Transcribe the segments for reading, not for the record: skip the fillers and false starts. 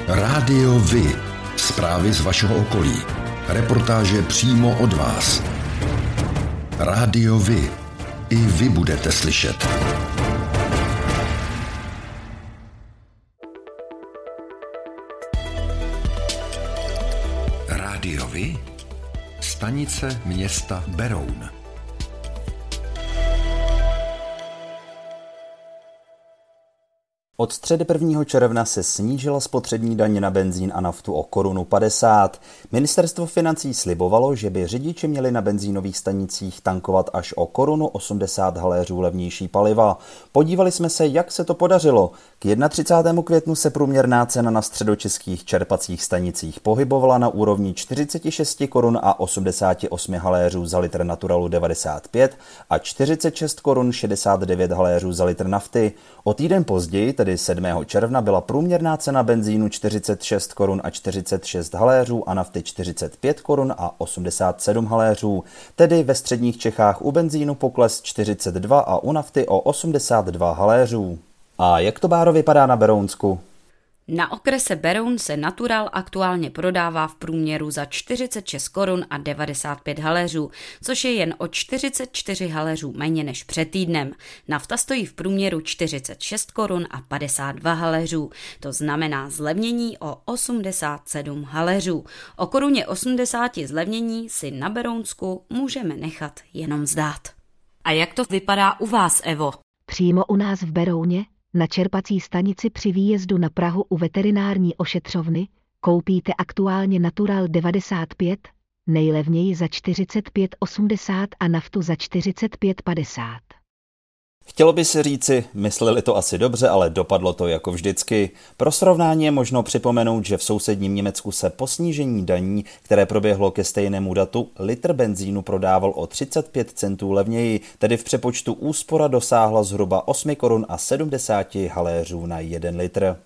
Rádio Vy. Zprávy z vašeho okolí. Reportáže přímo od vás. Rádio Vy. I vy budete slyšet. Rádio Vy. Stanice města Beroun. Od středy 1. června se snížila spotřební daň na benzín a naftu o 1,50 Kč. Ministerstvo financí slibovalo, že by řidiči měli na benzínových stanicích tankovat až o 1,80 haléřů levnější paliva. Podívali jsme se, jak se to podařilo. K 31. květnu se průměrná cena na středočeských čerpacích stanicích pohybovala na úrovni 46 korun a 88 haléřů za litr Naturalu 95 a 46 korun 69 haléřů za litr nafty. O týden později, tedy 7. června, byla průměrná cena benzínu 46 korun a 46 haléřů a nafty 45 korun a 87 haléřů. Tedy ve středních Čechách u benzínu pokles 42 a u nafty o 82 haléřů. A jak to, Báro, vypadá na Berounsku? Na okrese Beroun se Natural aktuálně prodává v průměru za 46 korun a 95 haléřů, což je jen o 44 haléřů méně než před týdnem. Nafta stojí v průměru 46 korun a 52 haléřů, to znamená zlevnění o 87 haléřů. O koruně 80 zlevnění si na Berounsku můžeme nechat jenom zdát. A jak to vypadá u vás, Evo? Přímo u nás v Berouně, na čerpací stanici při výjezdu na Prahu u veterinární ošetřovny, koupíte aktuálně Natural 95, nejlevněji za 45,80 a naftu za 45,50. Chtělo by se říci, mysleli to asi dobře, ale dopadlo to jako vždycky. Pro srovnání je možno připomenout, že v sousedním Německu se po snížení daní, které proběhlo ke stejnému datu, litr benzínu prodával o 35 centů levněji, tedy v přepočtu úspora dosáhla zhruba 8 korun a 70 haléřů na 1 litr.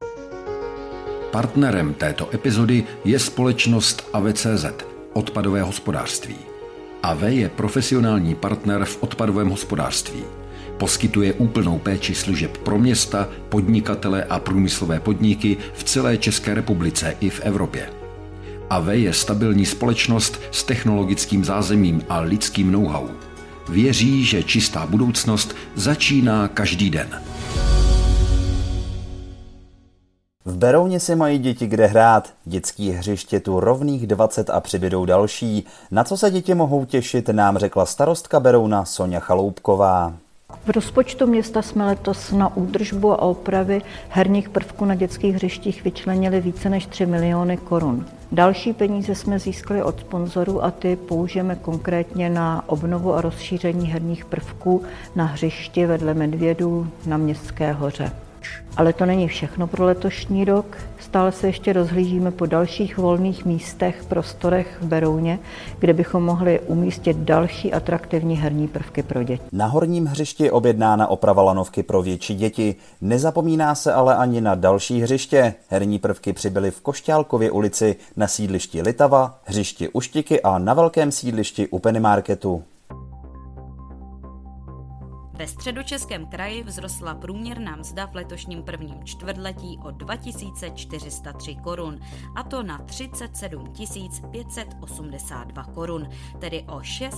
Partnerem této epizody je společnost AVCZ, odpadové hospodářství. AV je profesionální partner v odpadovém hospodářství. Poskytuje úplnou péči služeb pro města, podnikatele a průmyslové podniky v celé České republice i v Evropě. AV je stabilní společnost s technologickým zázemím a lidským know-how. Věří, že čistá budoucnost začíná každý den. V Berouně si mají děti kde hrát. Dětský hřiště tu rovných 20 a přibydou další. Na co se děti mohou těšit, nám řekla starostka Berouna Soňa Chaloupková. V rozpočtu města jsme letos na údržbu a opravy herních prvků na dětských hřištích vyčlenili více než 3 miliony korun. Další peníze jsme získali od sponzorů a ty použijeme konkrétně na obnovu a rozšíření herních prvků na hřišti vedle Medvědů na Městské hoře. Ale to není všechno pro letošní rok. Stále se ještě rozhlížíme po dalších volných místech, prostorech v Berouně, kde bychom mohli umístit další atraktivní herní prvky pro děti. Na horním hřišti je objednána oprava lanovky pro větší děti. Nezapomíná se ale ani na další hřiště. Herní prvky přibyly v Košťálkově ulici, na sídlišti Litava, hřišti Uštiky a na velkém sídlišti u Penny Marketu. Ve Středočeském kraji vzrostla průměrná mzda v letošním prvním čtvrtletí o 2403 korun, a to na 37 582 korun, tedy o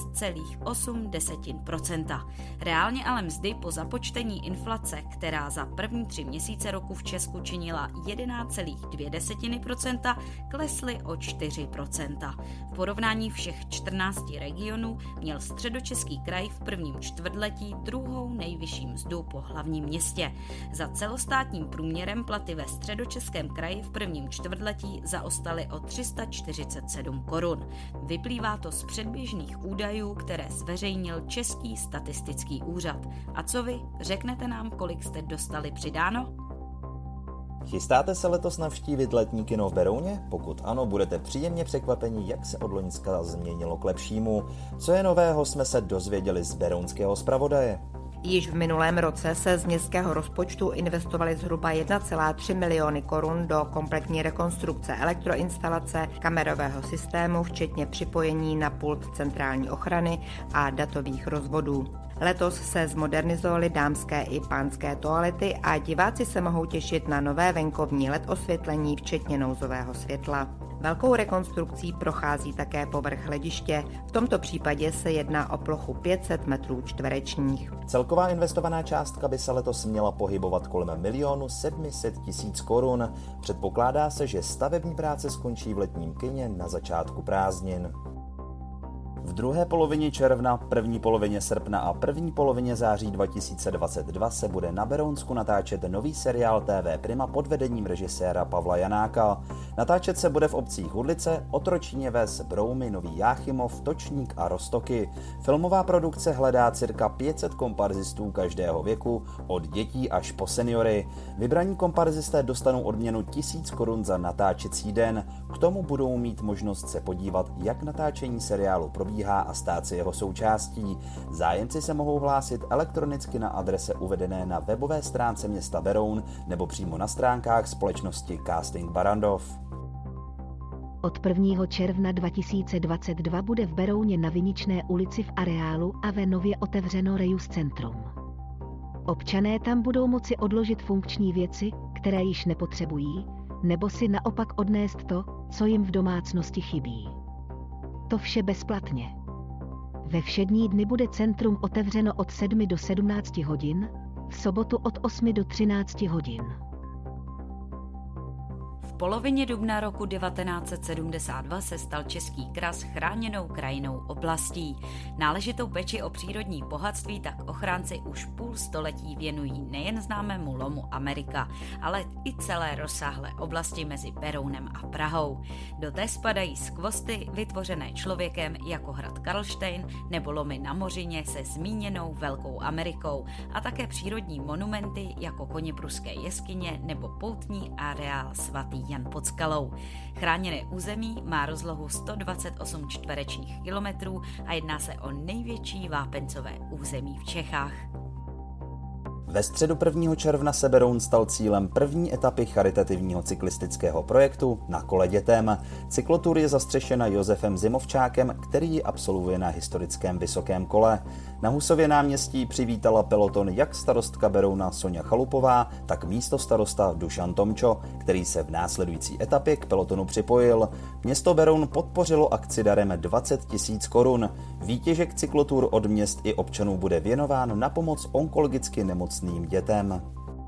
6,8%. Reálně ale mzdy po započtení inflace, která za první 3 měsíce roku v Česku činila 11,2%, klesly o 4%. V porovnání všech 14 regionů měl Středočeský kraj v prvním čtvrtletí druhou nejvyšší mzdu po hlavním městě. Za celostátním průměrem platy ve Středočeském kraji v prvním čtvrtletí zaostaly o 347 korun. Vyplývá to z předběžných údajů, které zveřejnil Český statistický úřad. A co vy? Řeknete nám, kolik jste dostali přidáno? Chystáte se letos navštívit letní kino v Berouně? Pokud ano, budete příjemně překvapeni, jak se od loňska změnilo k lepšímu. Co je nového, jsme se dozvěděli z berounského zpravodaje. Již v minulém roce se z městského rozpočtu investovali zhruba 1,3 miliony korun do kompletní rekonstrukce elektroinstalace, kamerového systému, včetně připojení na pult centrální ochrany a datových rozvodů. Letos se zmodernizovaly dámské i pánské toalety a diváci se mohou těšit na nové venkovní LED osvětlení, včetně nouzového světla. Velkou rekonstrukcí prochází také povrch hlediště. V tomto případě se jedná o plochu 500 metrů čtverečních. Celková investovaná částka by se letos měla pohybovat kolem 1 700 000 korun. Předpokládá se, že stavební práce skončí v letním kině na začátku prázdnin. V druhé polovině června, první polovině srpna a první polovině září 2022 se bude na Berounsku natáčet nový seriál TV Prima pod vedením režiséra Pavla Janáka. Natáčet se bude v obcích Hudlice, Otročíně Ves, Broumy, Nový Jáchymov, Točník a Roztoky. Filmová produkce hledá cirka 500 komparzistů každého věku, od dětí až po seniory. Vybraní komparzisté dostanou odměnu 1000 korun za natáčecí den. K tomu budou mít možnost se podívat, jak natáčení seriálu probíhá a stát se jeho součástí. Zájemci se mohou hlásit elektronicky na adrese uvedené na webové stránce města Beroun nebo přímo na stránkách společnosti Casting Barrandov. Od 1. června 2022 bude v Berouně na Viničné ulici v areálu AVE nově otevřeno Reus centrum. Občané tam budou moci odložit funkční věci, které již nepotřebují, nebo si naopak odnést to, co jim v domácnosti chybí. To vše bezplatně. Ve všední dny bude centrum otevřeno od 7 do 17 hodin, v sobotu od 8 do 13 hodin. V polovině dubna roku 1972 se stal Český kras chráněnou krajinnou oblastí. Náležitou péči o přírodní bohatství tak ochránci už půl století věnují nejen známému lomu Amerika, ale i celé rozsáhlé oblasti mezi Berounem a Prahou. Do té spadají skvosty vytvořené člověkem jako hrad Karlštejn nebo lomy na Mořině se zmíněnou Velkou Amerikou a také přírodní monumenty jako Koněpruské jeskyně nebo poutní areál svatý Jan pod Skalou. Chráněné území má rozlohu 128 čtverečních kilometrů a jedná se o největší vápencové území v Čechách. Ve středu 1. června se Beroun stal cílem první etapy charitativního cyklistického projektu Na kole dětem. Cyklotur je zastřešena Josefem Zimovčákem, který ji absolvuje na historickém Vysokém kole. Na Husově náměstí přivítala peloton jak starostka Berouna Soňa Chalupová, tak místostarosta Dušan Tomčo, který se v následující etapě k pelotonu připojil. Město Beroun podpořilo akci darem 20 000 korun. Výtěžek cyklotur od měst i občanů bude věnován na pomoc onkologicky nemocným dětem.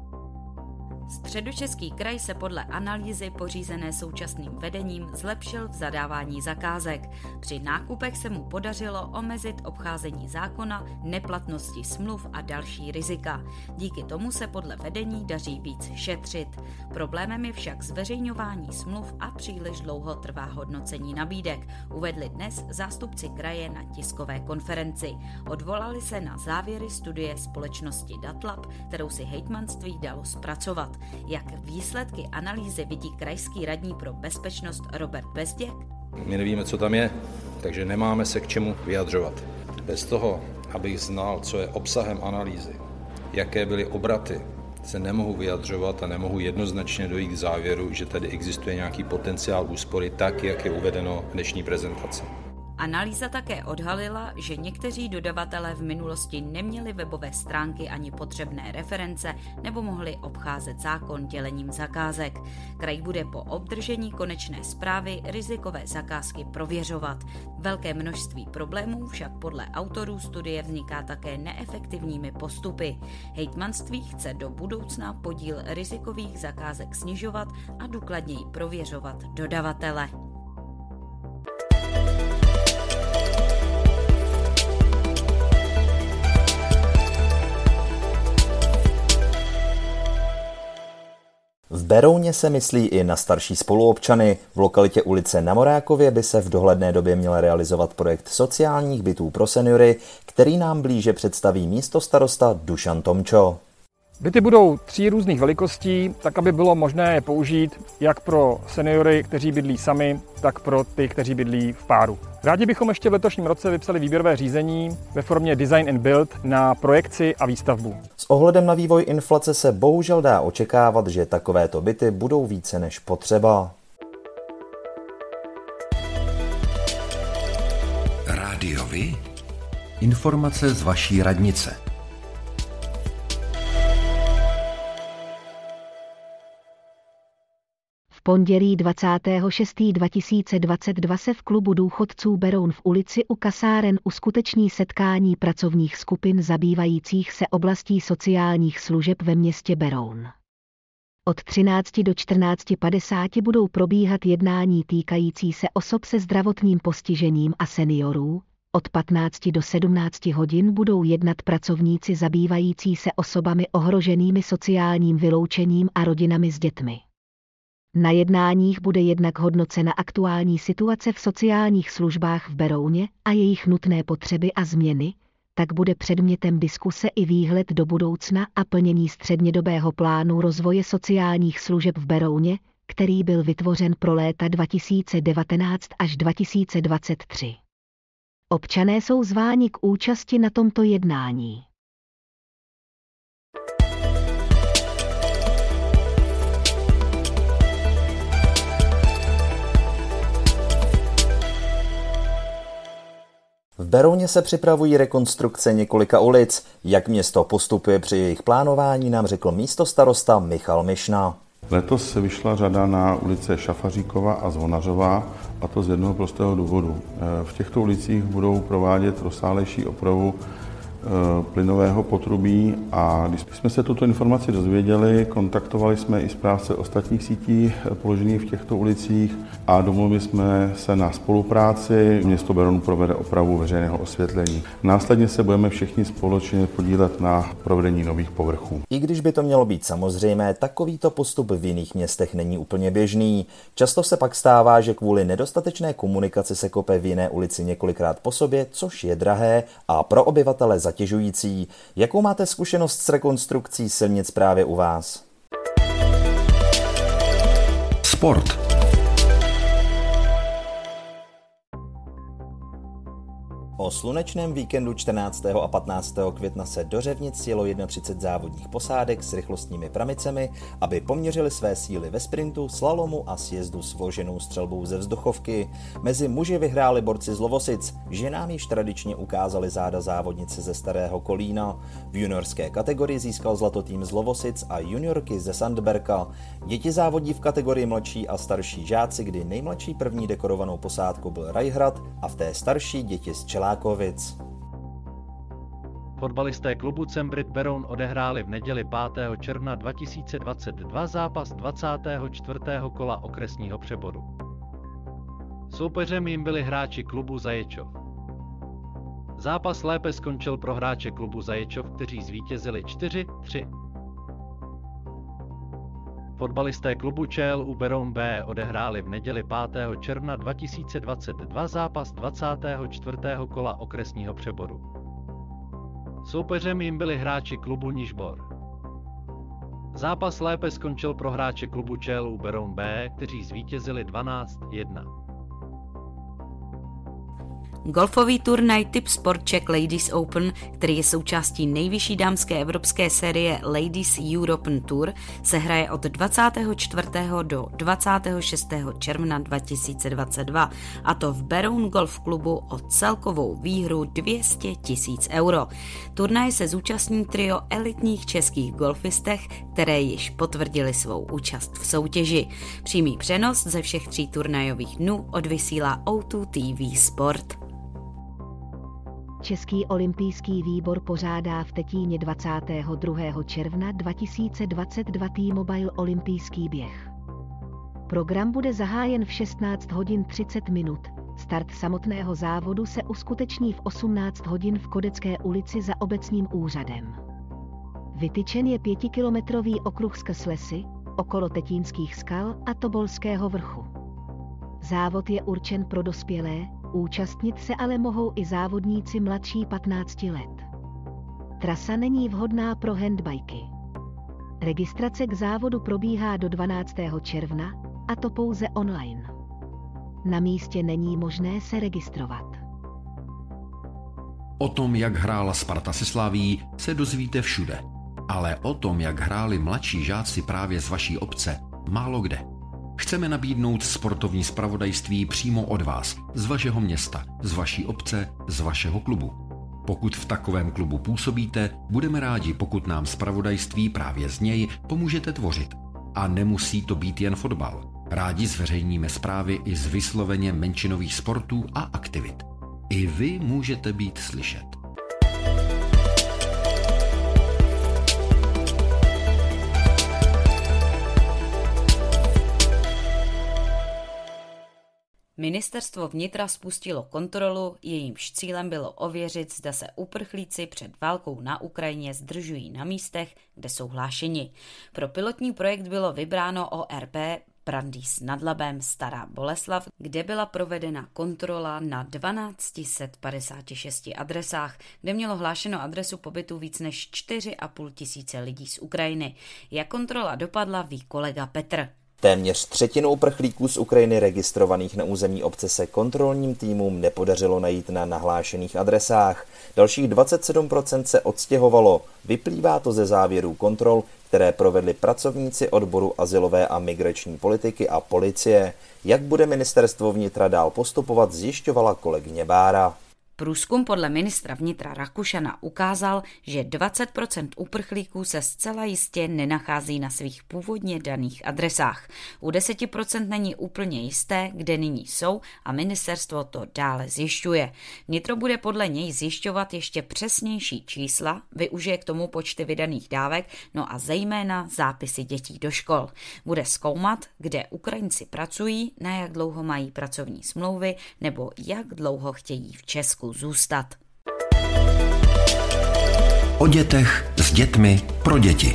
Středočeský kraj se podle analýzy pořízené současným vedením zlepšil v zadávání zakázek. Při nákupech se mu podařilo omezit obcházení zákona, neplatnosti smluv a další rizika. Díky tomu se podle vedení daří víc šetřit. Problémem je však zveřejňování smluv a příliš dlouho trvá hodnocení nabídek, uvedli dnes zástupci kraje na tiskové konferenci. Odvolali se na závěry studie společnosti Datlab, kterou si hejtmanství dalo zpracovat. Jak výsledky analýzy vidí krajský radní pro bezpečnost Robert Bezděk? My nevíme, co tam je, takže nemáme se k čemu vyjadřovat. Bez toho, abych znal, co je obsahem analýzy, jaké byly obraty, se nemohu vyjadřovat a nemohu jednoznačně dojít k závěru, že tady existuje nějaký potenciál úspory tak, jak je uvedeno v dnešní prezentaci. Analýza také odhalila, že někteří dodavatelé v minulosti neměli webové stránky ani potřebné reference nebo mohli obcházet zákon dělením zakázek. Kraj bude po obdržení konečné zprávy rizikové zakázky prověřovat. Velké množství problémů však podle autorů studie vzniká také neefektivními postupy. Hejtmanství chce do budoucna podíl rizikových zakázek snižovat a důkladněji prověřovat dodavatele. V Berouně se myslí i na starší spoluobčany. V lokalitě ulice na Morákově by se v dohledné době měl realizovat projekt sociálních bytů pro seniory, který nám blíže představí místostarosta Dušan Tomčo. Byty budou 3 různých velikostí, tak aby bylo možné je použít jak pro seniory, kteří bydlí sami, tak pro ty, kteří bydlí v páru. Rádi bychom ještě v letošním roce vypsali výběrové řízení ve formě Design and Build na projekci a výstavbu. S ohledem na vývoj inflace se bohužel dá očekávat, že takovéto byty budou více než potřeba. Rádiovi? Informace z vaší radnice. V pondělí 26.2022 se v klubu důchodců Beroun v ulici u kasáren uskuteční setkání pracovních skupin zabývajících se oblastí sociálních služeb ve městě Beroun. Od 13 do 14:50 budou probíhat jednání týkající se osob se zdravotním postižením a seniorů. Od 15 do 17 hodin budou jednat pracovníci zabývající se osobami ohroženými sociálním vyloučením a rodinami s dětmi. Na jednáních bude jednak hodnocena aktuální situace v sociálních službách v Berouně a jejich nutné potřeby a změny, tak bude předmětem diskuse i výhled do budoucna a plnění střednědobého plánu rozvoje sociálních služeb v Berouně, který byl vytvořen pro léta 2019 až 2023. Občané jsou zváni k účasti na tomto jednání. V Berouně se připravují rekonstrukce několika ulic. Jak město postupuje při jejich plánování, nám řekl místostarosta Michal Mišna. Letos se vyšla řada na ulice Šafaříkova a Zvonařová, a to z jednoho prostého důvodu. V těchto ulicích budou provádět rozsáhlejší opravu plynového potrubí a když jsme se tuto informaci dozvěděli, kontaktovali jsme i správce ostatních sítí položených v těchto ulicích a domluvili jsme se na spolupráci. Město Beroun provede opravu veřejného osvětlení. Následně se budeme všichni společně podílet na provedení nových povrchů. I když by to mělo být samozřejmé, takovýto postup v jiných městech není úplně běžný. Často se pak stává, že kvůli nedostatečné komunikaci se kope v jiné ulici několikrát po sobě, což je drahé a pro obyvatele zatěžující. Jakou máte zkušenost s rekonstrukcí silnic právě u vás? Sport. O slunečném víkendu 14. a 15. května se do Řevnic jelo 31 závodních posádek s rychlostními pramicemi, aby poměřili své síly ve sprintu, slalomu a sjezdu s vloženou střelbou ze vzduchovky. Mezi muži vyhráli borci z Lovosic, ženám již tradičně ukázali záda závodnice ze Starého Kolína. V juniorské kategorii získal zlato tým z Lovosic a juniorky ze Sandberka. Děti závodí v kategorii mladší a starší žáci, kdy nejmladší první dekorovanou posádkou byl Rajhrad a v té starší děti z Čelákovic. Fotbalisté klubu Cembrit Beroun odehráli v neděli 5. června 2022 zápas 24. kola okresního přeboru. Soupeřem jim byli hráči klubu Zaječov. Zápas lépe skončil pro hráče klubu Zaječov, kteří zvítězili 4-3. Fotbalisté klubu ČLU Beroun B odehráli v neděli 5. června 2022 zápas 24. kola okresního přeboru. Soupeřem jim byli hráči klubu Nižbor. Zápas lépe skončil pro hráče klubu ČLU Beroun B, kteří zvítězili 12-1. Golfový turnaj Tip Sport Czech Ladies Open, který je součástí nejvyšší dámské evropské série Ladies European Tour, se hraje od 24. do 26. června 2022, a to v Beroun Golf klubu o celkovou výhru 200 000 euro. Turnaje se zúčastní trio elitních českých golfistech, které již potvrdili svou účast v soutěži. Přímý přenos ze všech 3 turnajových dnů odvysílá O2 TV Sport. Český olympijský výbor pořádá v Tetíně 22. června 2022 T-Mobile olympijský běh. Program bude zahájen v 16 hodin 30 minut. Start samotného závodu se uskuteční v 18 hodin v Kodecké ulici za obecním úřadem. Vytyčen je 5kilometrový okruh skrz lesy, okolo Tetínských skal a Tobolského vrchu. Závod je určen pro dospělé, účastnit se ale mohou i závodníci mladší 15 let. Trasa není vhodná pro handbajky. Registrace k závodu probíhá do 12. června, a to pouze online. Na místě není možné se registrovat. O tom, jak hrála Sparta se Slavií, se dozvíte všude. Ale o tom, jak hráli mladší žáci právě z vaší obce, málo kde. Chceme nabídnout sportovní zpravodajství přímo od vás, z vašeho města, z vaší obce, z vašeho klubu. Pokud v takovém klubu působíte, budeme rádi, pokud nám zpravodajství právě z něj pomůžete tvořit. A nemusí to být jen fotbal. Rádi zveřejníme zprávy i z vysloveně menšinových sportů a aktivit. I vy můžete být slyšet. Ministerstvo vnitra spustilo kontrolu, jejímž cílem bylo ověřit, zda se uprchlíci před válkou na Ukrajině zdržují na místech, kde jsou hlášeni. Pro pilotní projekt bylo vybráno ORP Brandýs nad Labem Stará Boleslav, kde byla provedena kontrola na 1256 adresách, kde mělo hlášeno adresu pobytu víc než 4,5 tisíce lidí z Ukrajiny. Jak kontrola dopadla, ví kolega Petr. Téměř třetinu uprchlíků z Ukrajiny registrovaných na území obce se kontrolním týmům nepodařilo najít na nahlášených adresách. Dalších 27% se odstěhovalo. Vyplývá to ze závěrů kontrol, které provedli pracovníci odboru azylové a migrační politiky a policie. Jak bude ministerstvo vnitra dál postupovat, zjišťovala kolegyně Bára. Průzkum podle ministra vnitra Rakušana ukázal, že 20% uprchlíků se zcela jistě nenachází na svých původně daných adresách. U 10% není úplně jisté, kde nyní jsou a ministerstvo to dále zjišťuje. Vnitro bude podle něj zjišťovat ještě přesnější čísla, využije k tomu počty vydaných dávek, no a zejména zápisy dětí do škol. Bude zkoumat, kde Ukrajinci pracují, na jak dlouho mají pracovní smlouvy nebo jak dlouho chtějí v Česku zůstat. O dětech, s dětmi, pro děti.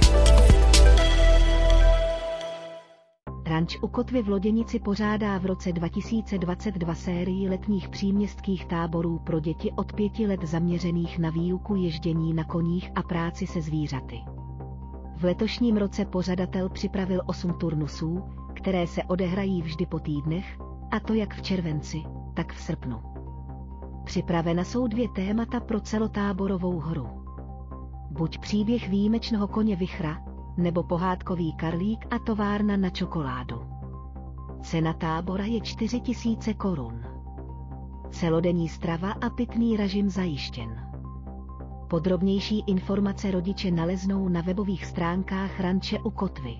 Ranč u Kotvy v Loděnici pořádá v roce 2022 sérii letních příměstských táborů pro děti od 5 let zaměřených na výuku ježdění na koních a práci se zvířaty. V letošním roce pořadatel připravil 8 turnusů, které se odehrají vždy po týdnech, a to jak v červenci, tak v srpnu. Připravena jsou 2 témata pro celotáborovou hru. Buď příběh výjimečného koně Vichra, nebo pohádkový Karlík a továrna na čokoládu. Cena tábora je 4 000 korun. Celodenní strava a pitný režim zajištěn. Podrobnější informace rodiče naleznou na webových stránkách Ranče u Kotvy.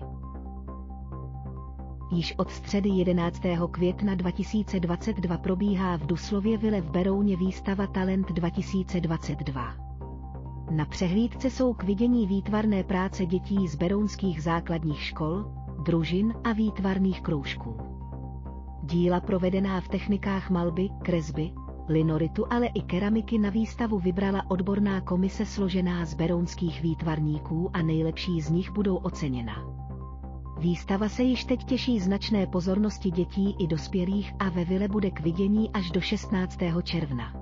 Již od středy 11. května 2022 probíhá v Duslově vile v Berouně výstava Talent 2022. Na přehlídce jsou k vidění výtvarné práce dětí z berounských základních škol, družin a výtvarných kroužků. Díla provedená v technikách malby, kresby, linoritu, ale i keramiky na výstavu vybrala odborná komise složená z berounských výtvarníků a nejlepší z nich budou oceněna. Výstava se již teď těší značné pozornosti dětí i dospělých a ve vile bude k vidění až do 16. června.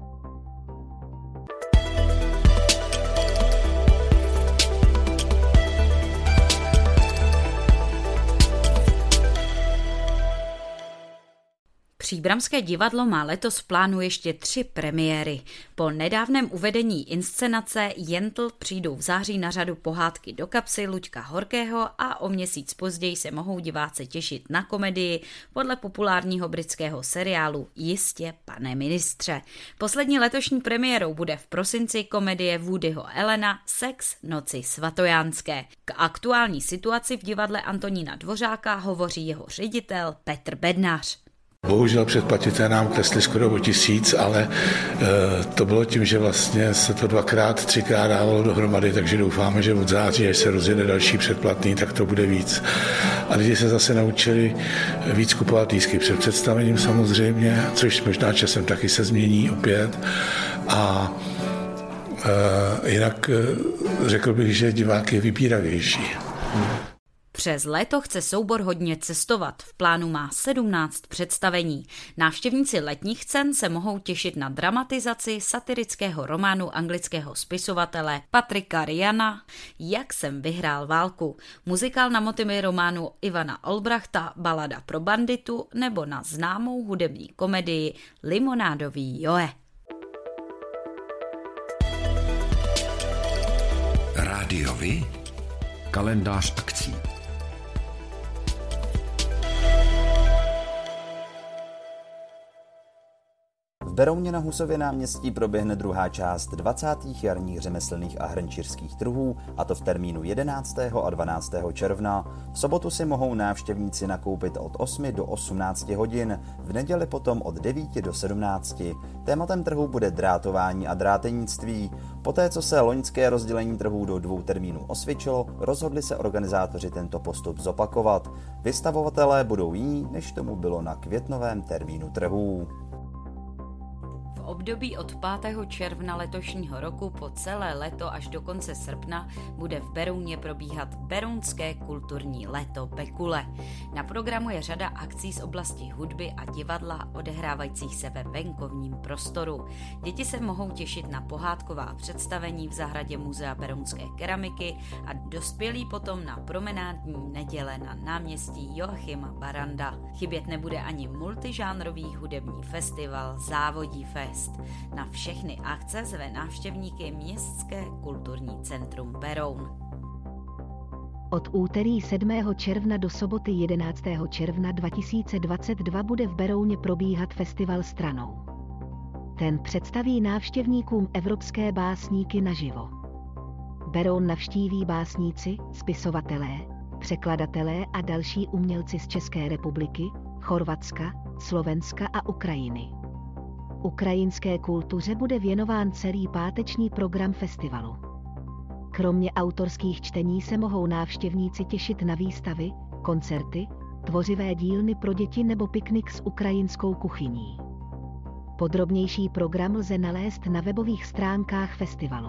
Příbramské divadlo má letos v plánu ještě 3 premiéry. Po nedávném uvedení inscenace Jentl přijdou v září na řadu pohádky do kapsy Luďka Horkého a o měsíc později se mohou diváci těšit na komedii podle populárního britského seriálu Jistě, pane ministře. Poslední letošní premiérou bude v prosinci komedie Woodyho Allena Sex noci svatojánské. K aktuální situaci v divadle Antonína Dvořáka hovoří jeho ředitel Petr Bednář. Bohužel předplatitelé nám klesly skoro o 1000, ale to bylo tím, že vlastně se to 2x, 3x dávalo dohromady, takže doufáme, že od září, až se rozjede další předplatný, tak to bude víc. A lidi se zase naučili víc kupovat lístky před představením samozřejmě, což možná časem taky se změní opět. A jinak řekl bych, že divák je vybíravější. Přes léto chce soubor hodně cestovat, v plánu má 17 představení. Návštěvníci letních cen se mohou těšit na dramatizaci satirického románu anglického spisovatele Patricka Ryana Jak jsem vyhrál válku, muzikál na motivy románu Ivana Olbrachta Balada pro banditu nebo na známou hudební komedii Limonádový Joe. Rádiovi kalendář akcí. V Berouně na Husově náměstí proběhne druhá část 20. jarních řemeslných a hrnčířských trhů, a to v termínu 11. a 12. června. V sobotu si mohou návštěvníci nakoupit od 8 do 18 hodin, v neděli potom od 9 do 17. Tématem trhu bude drátování a drátenictví. Poté, co se loňské rozdělení trhů do 2 termínů osvědčilo, rozhodli se organizátoři tento postup zopakovat. Vystavovatelé budou jiní, než tomu bylo na květnovém termínu trhů. V období od 5. června letošního roku po celé léto až do konce srpna bude v Berouně probíhat Berounské kulturní léto Bekule. Na programu je řada akcí z oblasti hudby a divadla odehrávajících se ve venkovním prostoru. Děti se mohou těšit na pohádková představení v zahradě Muzea berounské keramiky a dospělí potom na promenádní neděle na náměstí Joachima Baranda. Chybět nebude ani multižánrový hudební festival Závodí Fest. Na všechny akce zve návštěvníky Městské kulturní centrum Beroun. Od úterý 7. června do soboty 11. června 2022 bude v Berouně probíhat festival Stranou. Ten představí návštěvníkům evropské básníky naživo. Beroun navštíví básníci, spisovatelé, překladatelé a další umělci z České republiky, Chorvatska, Slovenska a Ukrajiny. Ukrajinské kultuře bude věnován celý páteční program festivalu. Kromě autorských čtení se mohou návštěvníci těšit na výstavy, koncerty, tvořivé dílny pro děti nebo piknik s ukrajinskou kuchyní. Podrobnější program lze nalézt na webových stránkách festivalu.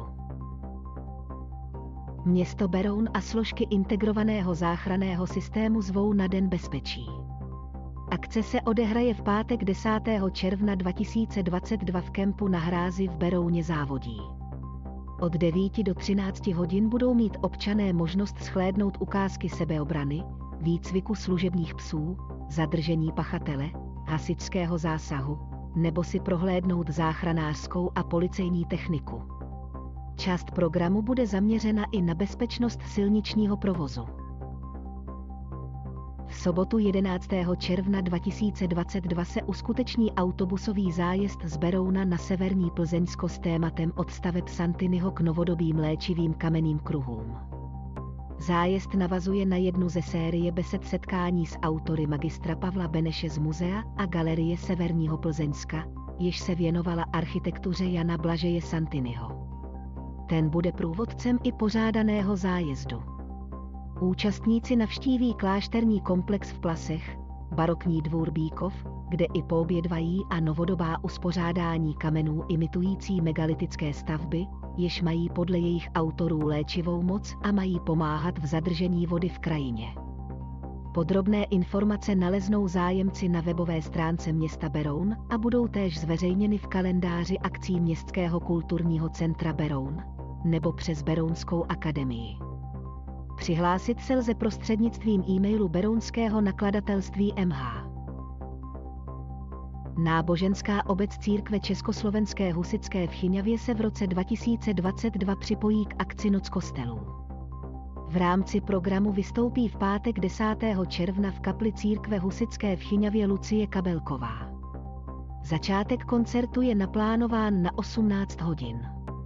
Město Beroun a složky integrovaného záchranného systému zvou na Den bezpečí. Akce se odehraje v pátek 10. června 2022 v kempu na Hrázi v Berouně Závodí. Od 9 do 13 hodin budou mít občané možnost shlédnout ukázky sebeobrany, výcviku služebních psů, zadržení pachatele, hasičského zásahu, nebo si prohlédnout záchranářskou a policejní techniku. Část programu bude zaměřena i na bezpečnost silničního provozu. V sobotu 11. června 2022 se uskuteční autobusový zájezd z Berouna na severní Plzeňsko s tématem od staveb Santiniho k novodobým léčivým kamenným kruhům. Zájezd navazuje na jednu ze série besed setkání s autory magistra Pavla Beneše z Muzea a galerie Severního Plzeňska, jež se věnovala architektuře Jana Blažeje Santiniho. Ten bude průvodcem i pořádaného zájezdu. Účastníci navštíví klášterní komplex v Plasech, barokní dvůr Bíkov, kde i poobědvají, a novodobá uspořádání kamenů imitující megalitické stavby, jež mají podle jejich autorů léčivou moc a mají pomáhat v zadržení vody v krajině. Podrobné informace naleznou zájemci na webové stránce města Beroun a budou též zveřejněny v kalendáři akcí Městského kulturního centra Beroun nebo přes Berounskou akademii. Přihlásit se lze prostřednictvím e-mailu berounského nakladatelství MH. Náboženská obec církve Československé husitské v Chyňavě se v roce 2022 připojí k akci Noc kostelů. V rámci programu vystoupí v pátek 10. června v kapli církve husitské v Chyňavě Lucie Kabelková. Začátek koncertu je naplánován na 18 hodin.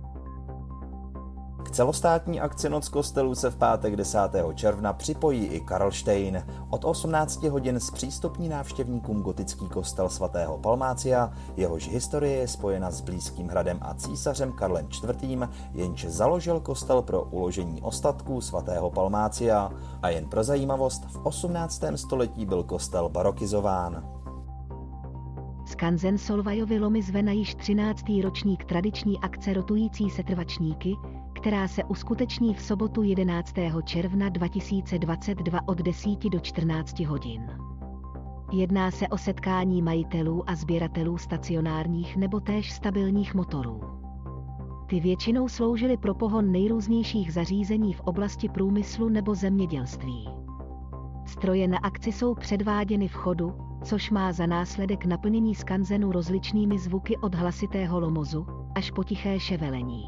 K celostátní akci Noc kostelů se v pátek 10. června připojí i Karlštejn. Od 18 hodin zpřístupní návštěvníkům gotický kostel svatého Palmácia, jehož historie je spojena s blízkým hradem a císařem Karlem IV., jenž založil kostel pro uložení ostatků svatého Palmácia. A jen pro zajímavost, v 18. století byl kostel barokizován. Skanzen Solvajovy lomy zve na již 13. ročník tradiční akce Rotující se trvačníky, která se uskuteční v sobotu 11. června 2022 od 10 do 14 hodin. Jedná se o setkání majitelů a sběratelů stacionárních nebo též stabilních motorů. Ty většinou sloužily pro pohon nejrůznějších zařízení v oblasti průmyslu nebo zemědělství. Stroje na akci jsou předváděny v chodu, což má za následek naplnění skanzenu rozličnými zvuky od hlasitého lomozu až po tiché ševelení.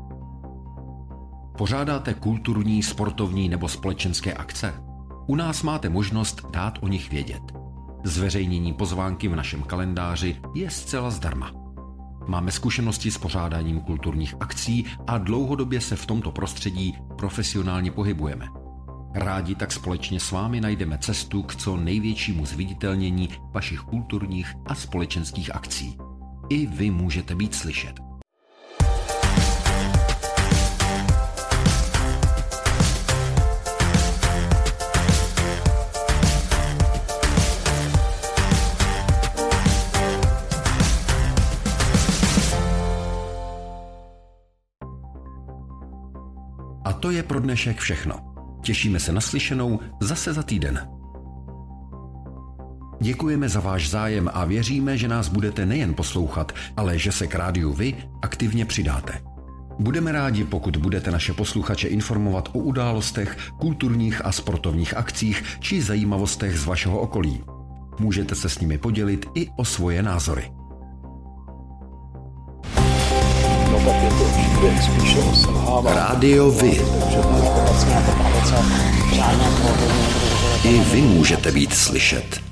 Pořádáte kulturní, sportovní nebo společenské akce? U nás máte možnost dát o nich vědět. Zveřejnění pozvánky v našem kalendáři je zcela zdarma. Máme zkušenosti s pořádáním kulturních akcí a dlouhodobě se v tomto prostředí profesionálně pohybujeme. Rádi tak společně s vámi najdeme cestu k co největšímu zviditelnění vašich kulturních a společenských akcí. I vy můžete být slyšet. A to je pro dnešek všechno. Těšíme se na slyšenou zase za týden. Děkujeme za váš zájem a věříme, že nás budete nejen poslouchat, ale že se k rádiu Vy aktivně přidáte. Budeme rádi, pokud budete naše posluchače informovat o událostech, kulturních a sportovních akcích či zajímavostech z vašeho okolí. Můžete se s nimi podělit i o svoje názory. Rádio Vy. I vy můžete být slyšet.